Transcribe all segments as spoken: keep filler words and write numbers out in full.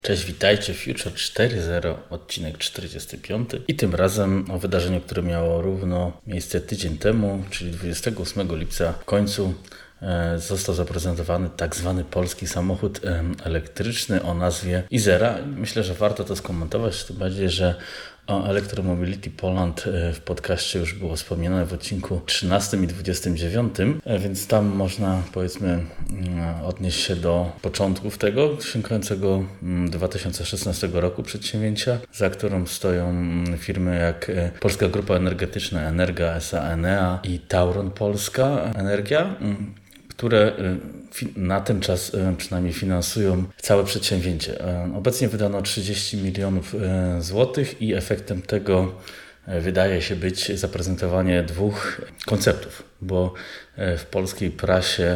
Cześć, witajcie, Future cztery zero, odcinek czterdziesty piąty i tym razem o wydarzeniu, które miało równo miejsce tydzień temu, czyli dwudziestego ósmego lipca w końcu e, został zaprezentowany tak zwany polski samochód e, elektryczny o nazwie Izera. Myślę, że warto to skomentować, tym bardziej, że o Electromobility Poland w podcaście już było wspomniane w odcinku trzynastym i dwudziestym dziewiątym, więc tam można, powiedzmy, odnieść się do początków tego sięgającego dwa tysiące szesnastego roku przedsięwzięcia, za którą stoją firmy jak Polska Grupa Energetyczna Energa S A Enea i Tauron Polska Energia, które na ten czas przynajmniej finansują całe przedsięwzięcie. Obecnie wydano trzydzieści milionów złotych i efektem tego wydaje się być zaprezentowanie dwóch konceptów, bo w polskiej prasie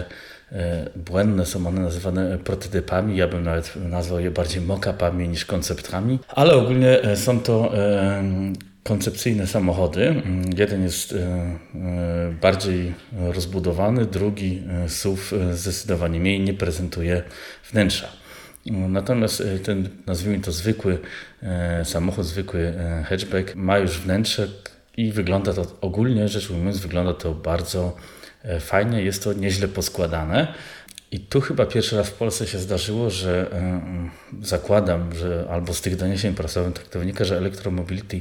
błędne są one nazywane prototypami, ja bym nawet nazwał je bardziej mock-upami niż konceptami, ale ogólnie są to koncepcyjne samochody. Jeden jest bardziej rozbudowany, drugi S U V zdecydowanie mniej, nie prezentuje wnętrza. Natomiast ten, nazwijmy to zwykły samochód, zwykły hatchback ma już wnętrze i wygląda to, ogólnie rzecz ujmując, wygląda to bardzo fajnie, jest to nieźle poskładane. I tu chyba pierwszy raz w Polsce się zdarzyło, że yy, zakładam, że albo z tych doniesień prasowych tak to wynika, że Electromobility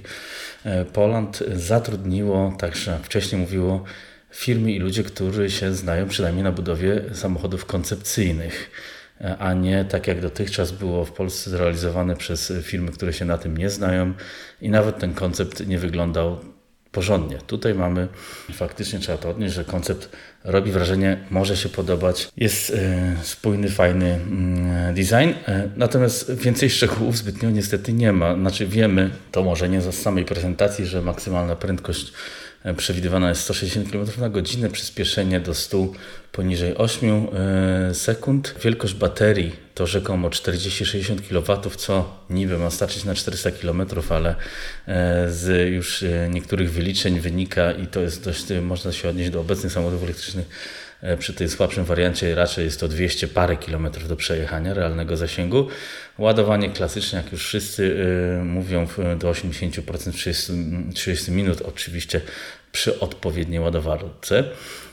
Poland zatrudniło, tak że wcześniej mówiło, firmy i ludzie, którzy się znają przynajmniej na budowie samochodów koncepcyjnych, a nie tak jak dotychczas było w Polsce zrealizowane przez firmy, które się na tym nie znają i nawet ten koncept nie wyglądał porządnie. Tutaj mamy, faktycznie trzeba to odnieść, że koncept robi wrażenie, może się podobać, jest e, spójny, fajny e, design, e, natomiast więcej szczegółów zbytnio niestety nie ma. Znaczy wiemy, to może nie z samej prezentacji, że maksymalna prędkość e, przewidywana jest sto sześćdziesiąt kilometrów na godzinę, przyspieszenie do stu poniżej ośmiu e, sekund. Wielkość baterii to rzekomo czterdzieści sześćdziesiąt kilowatów, co niby ma starczyć na czterysta kilometrów, ale e, z już e, niektórych wyliczeń wynika i to jest dość, e, można się odnieść do obecnych samochodów elektrycznych, e, przy tej słabszym wariancie raczej jest to dwieście parę kilometrów do przejechania realnego zasięgu. Ładowanie klasyczne, jak już wszyscy e, mówią, do osiemdziesiąt procent trzydzieści minut, oczywiście przy odpowiedniej ładowarce.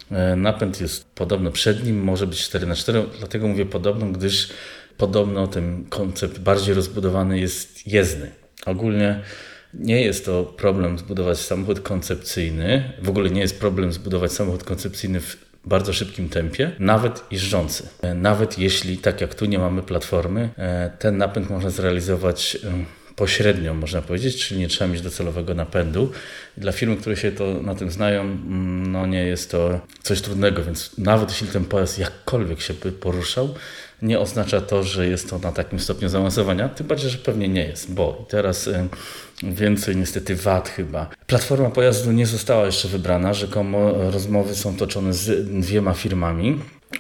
Napęd jest podobno przed nim, może być cztery na cztery, dlatego mówię podobno, gdyż podobno ten koncept bardziej rozbudowany jest jezdny. Ogólnie nie jest to problem zbudować samochód koncepcyjny, w ogóle nie jest problem zbudować samochód koncepcyjny w bardzo szybkim tempie, nawet jeżdżący. Nawet jeśli, tak jak tu nie mamy platformy, ten napęd można zrealizować pośrednio, można powiedzieć, czyli nie trzeba mieć docelowego napędu. Dla firm, które się to na tym znają, no nie jest to coś trudnego, więc nawet jeśli ten pojazd jakkolwiek się by poruszał, nie oznacza to, że jest to na takim stopniu zaawansowania, tym bardziej, że pewnie nie jest, bo teraz y, więcej niestety wad chyba. Platforma pojazdu nie została jeszcze wybrana, rzekomo rozmowy są toczone z dwiema firmami,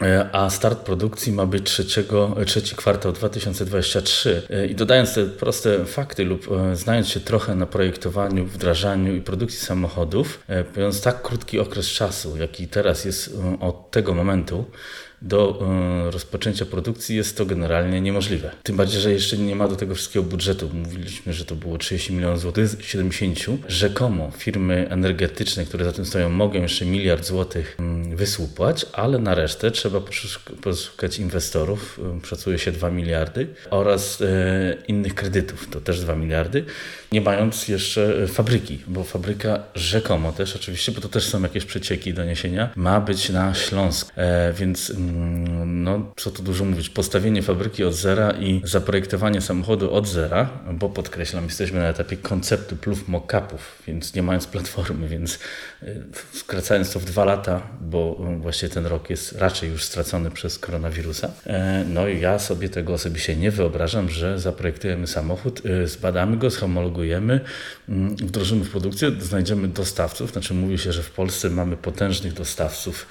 a start produkcji ma być trzeciego, trzeci kwartał dwa tysiące dwudziesty trzeci. I dodając te proste fakty lub znając się trochę na projektowaniu, wdrażaniu i produkcji samochodów, biorąc tak krótki okres czasu, jaki teraz jest od tego momentu do y, rozpoczęcia produkcji, jest to generalnie niemożliwe. Tym bardziej, że jeszcze nie ma do tego wszystkiego budżetu. Mówiliśmy, że to było trzydzieści milionów złotych z siedemdziesięciu. Rzekomo firmy energetyczne, które za tym stoją, mogą jeszcze miliard złotych y, wysłupać, ale na resztę trzeba poszuk- poszukać inwestorów, y, szacuje się dwa miliardy, oraz y, innych kredytów, to też dwa miliardy, nie mając jeszcze fabryki, bo fabryka rzekomo też oczywiście, bo to też są jakieś przecieki, doniesienia, ma być na Śląsku, e, więc no, co tu dużo mówić, postawienie fabryki od zera i zaprojektowanie samochodu od zera, bo podkreślam, jesteśmy na etapie konceptu plus mock-upów, więc nie mając platformy, więc skracając to w dwa lata, bo właśnie ten rok jest raczej już stracony przez koronawirusa, no i ja sobie tego osobiście nie wyobrażam, że zaprojektujemy samochód, zbadamy go, zhomologujemy, wdrożymy w produkcję, znajdziemy dostawców, znaczy mówi się, że w Polsce mamy potężnych dostawców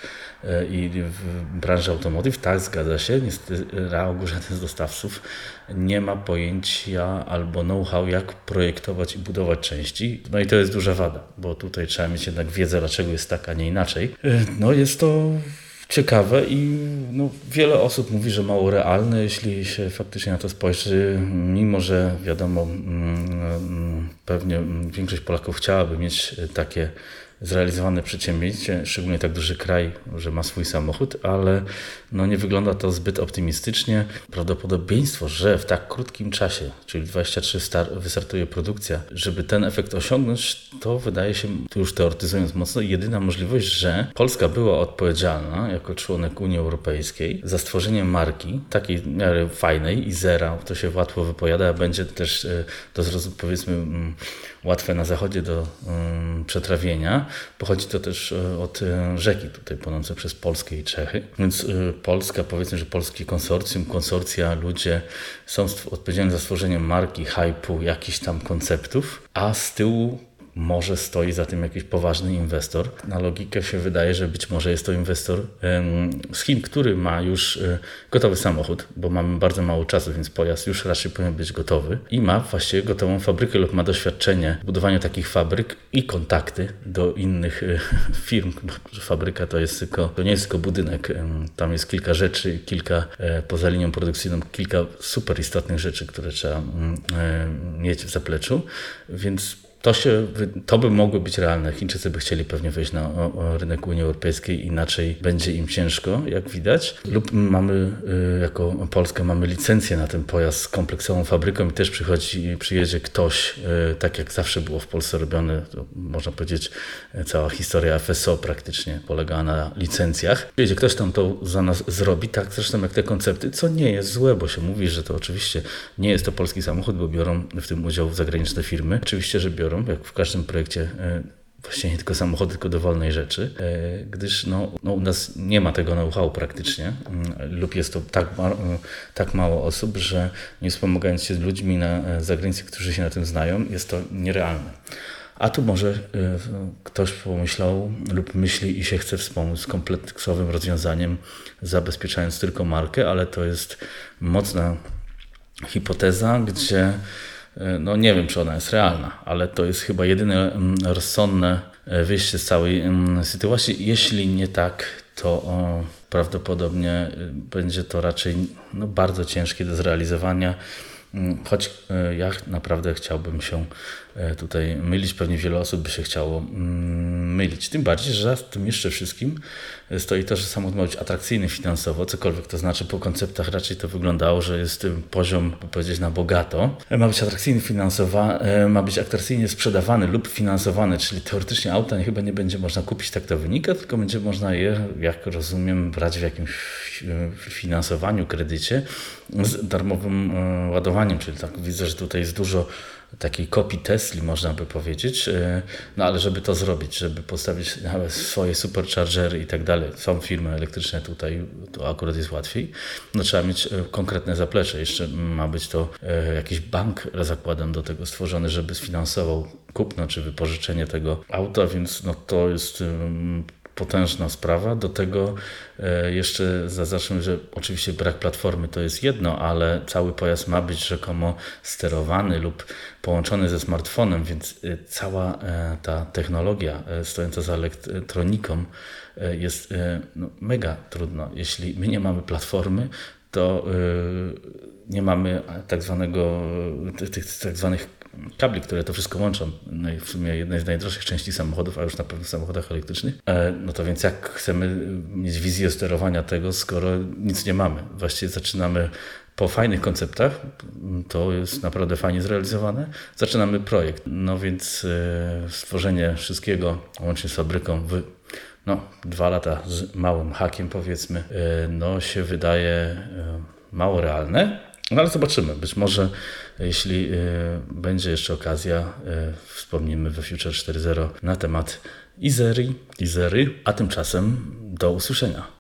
i w branży automotive, tak, zgadza się, niestety na ogół żaden z dostawców nie ma pojęcia albo know-how, jak projektować i budować części. No i to jest duża wada, bo tutaj trzeba mieć jednak wiedzę, dlaczego jest tak, a nie inaczej. No jest to ciekawe i no, wiele osób mówi, że mało realne, jeśli się faktycznie na to spojrzy, mimo że wiadomo, pewnie większość Polaków chciałaby mieć takie zrealizowane przedsięwzięcie, szczególnie tak duży kraj, że ma swój samochód, ale no nie wygląda to zbyt optymistycznie. Prawdopodobieństwo, że w tak krótkim czasie, czyli dwadzieścia trzy star- wystartuje produkcja, żeby ten efekt osiągnąć, to wydaje się, tu już teoretyzując mocno, jedyna możliwość, że Polska była odpowiedzialna jako członek Unii Europejskiej za stworzenie marki takiej w miarę fajnej i zera, to się łatwo wypowiada, będzie też do zrozum, powiedzmy łatwe na zachodzie do um, przetrawienia. Pochodzi to też od rzeki tutaj płynącej przez Polskę i Czechy. Więc y, Polska, powiedzmy, że polskie konsorcjum, konsorcja, ludzie są odpowiedzialni za stworzenie marki, hype'u, jakichś tam konceptów, a z tyłu może stoi za tym jakiś poważny inwestor. Na logikę się wydaje, że być może jest to inwestor ym, z Chin, który ma już y, gotowy samochód, bo mamy bardzo mało czasu, więc pojazd już raczej powinien być gotowy i ma właściwie gotową fabrykę lub ma doświadczenie w budowaniu takich fabryk i kontakty do innych y, firm. Fabryka to jest tylko, to nie jest tylko budynek, ym, tam jest kilka rzeczy, kilka y, poza linią produkcyjną, kilka super istotnych rzeczy, które trzeba y, y, mieć w zapleczu, więc To, się, to by mogły być realne. Chińczycy by chcieli pewnie wejść na o, o rynek Unii Europejskiej, inaczej będzie im ciężko, jak widać. Lub mamy, y, jako Polska mamy licencję na ten pojazd z kompleksową fabryką i też przychodzi, przyjedzie ktoś, y, tak jak zawsze było w Polsce robione, to można powiedzieć, y, cała historia F S O praktycznie polegała na licencjach. Przyjedzie ktoś tam to za nas zrobi, tak zresztą jak te koncepty, co nie jest złe, bo się mówi, że to oczywiście nie jest to polski samochód, bo biorą w tym udział zagraniczne firmy. Oczywiście, że biorą, jak w każdym projekcie, właściwie nie tylko samochody, tylko dowolnej rzeczy, gdyż no, no u nas nie ma tego know-how praktycznie lub jest to tak, ma, tak mało osób, że nie wspomagając się z ludźmi na zagranicy, którzy się na tym znają, jest to nierealne. A tu może ktoś pomyślał lub myśli i się chce wspomóc z kompleksowym rozwiązaniem, zabezpieczając tylko markę, ale to jest mocna hipoteza, gdzie no nie wiem, czy ona jest realna, ale to jest chyba jedyne rozsądne wyjście z całej sytuacji. Jeśli nie tak, to o, prawdopodobnie będzie to raczej no, bardzo ciężkie do zrealizowania. Choć ja naprawdę chciałbym się tutaj mylić, pewnie wiele osób by się chciało mylić. Tym bardziej, że za tym jeszcze wszystkim stoi to, że samochód ma być atrakcyjny finansowo, cokolwiek to znaczy. Po konceptach raczej to wyglądało, że jest poziom, powiedzieć, na bogato. Ma być atrakcyjny finansowo, ma być atrakcyjnie sprzedawany lub finansowany, czyli teoretycznie auta nie, chyba nie będzie można kupić, tak to wynika, tylko będzie można je, jak rozumiem, brać w jakimś finansowaniu, kredycie z darmowym ładowaniem, czyli tak widzę, że tutaj jest dużo takiej kopii Tesli, można by powiedzieć, no ale żeby to zrobić, żeby postawić swoje superchargery i tak dalej, są firmy elektryczne tutaj, to akurat jest łatwiej, no trzeba mieć konkretne zaplecze, jeszcze ma być to jakiś bank, zakładam, do tego stworzony, żeby sfinansował kupno czy wypożyczenie tego auta, więc no to jest potężna sprawa. Do tego jeszcze zaznaczmy, że oczywiście brak platformy to jest jedno, ale cały pojazd ma być rzekomo sterowany lub połączony ze smartfonem, więc cała ta technologia stojąca za elektroniką jest no, mega trudna. Jeśli my nie mamy platformy, to nie mamy tak zwanego, tych tak zwanych kabli, które to wszystko łączą, no w sumie jednej z najdroższych części samochodów, a już na pewno w samochodach elektrycznych, no to więc jak chcemy mieć wizję sterowania tego, skoro nic nie mamy? Właściwie zaczynamy po fajnych konceptach, to jest naprawdę fajnie zrealizowane, zaczynamy projekt, no więc stworzenie wszystkiego łącznie z fabryką w no, dwa lata z małym hakiem, powiedzmy, no się wydaje mało realne. No ale zobaczymy. Być może jeśli y, będzie jeszcze okazja, y, wspomnimy we Future cztery zero na temat Izery, Izery, a tymczasem do usłyszenia.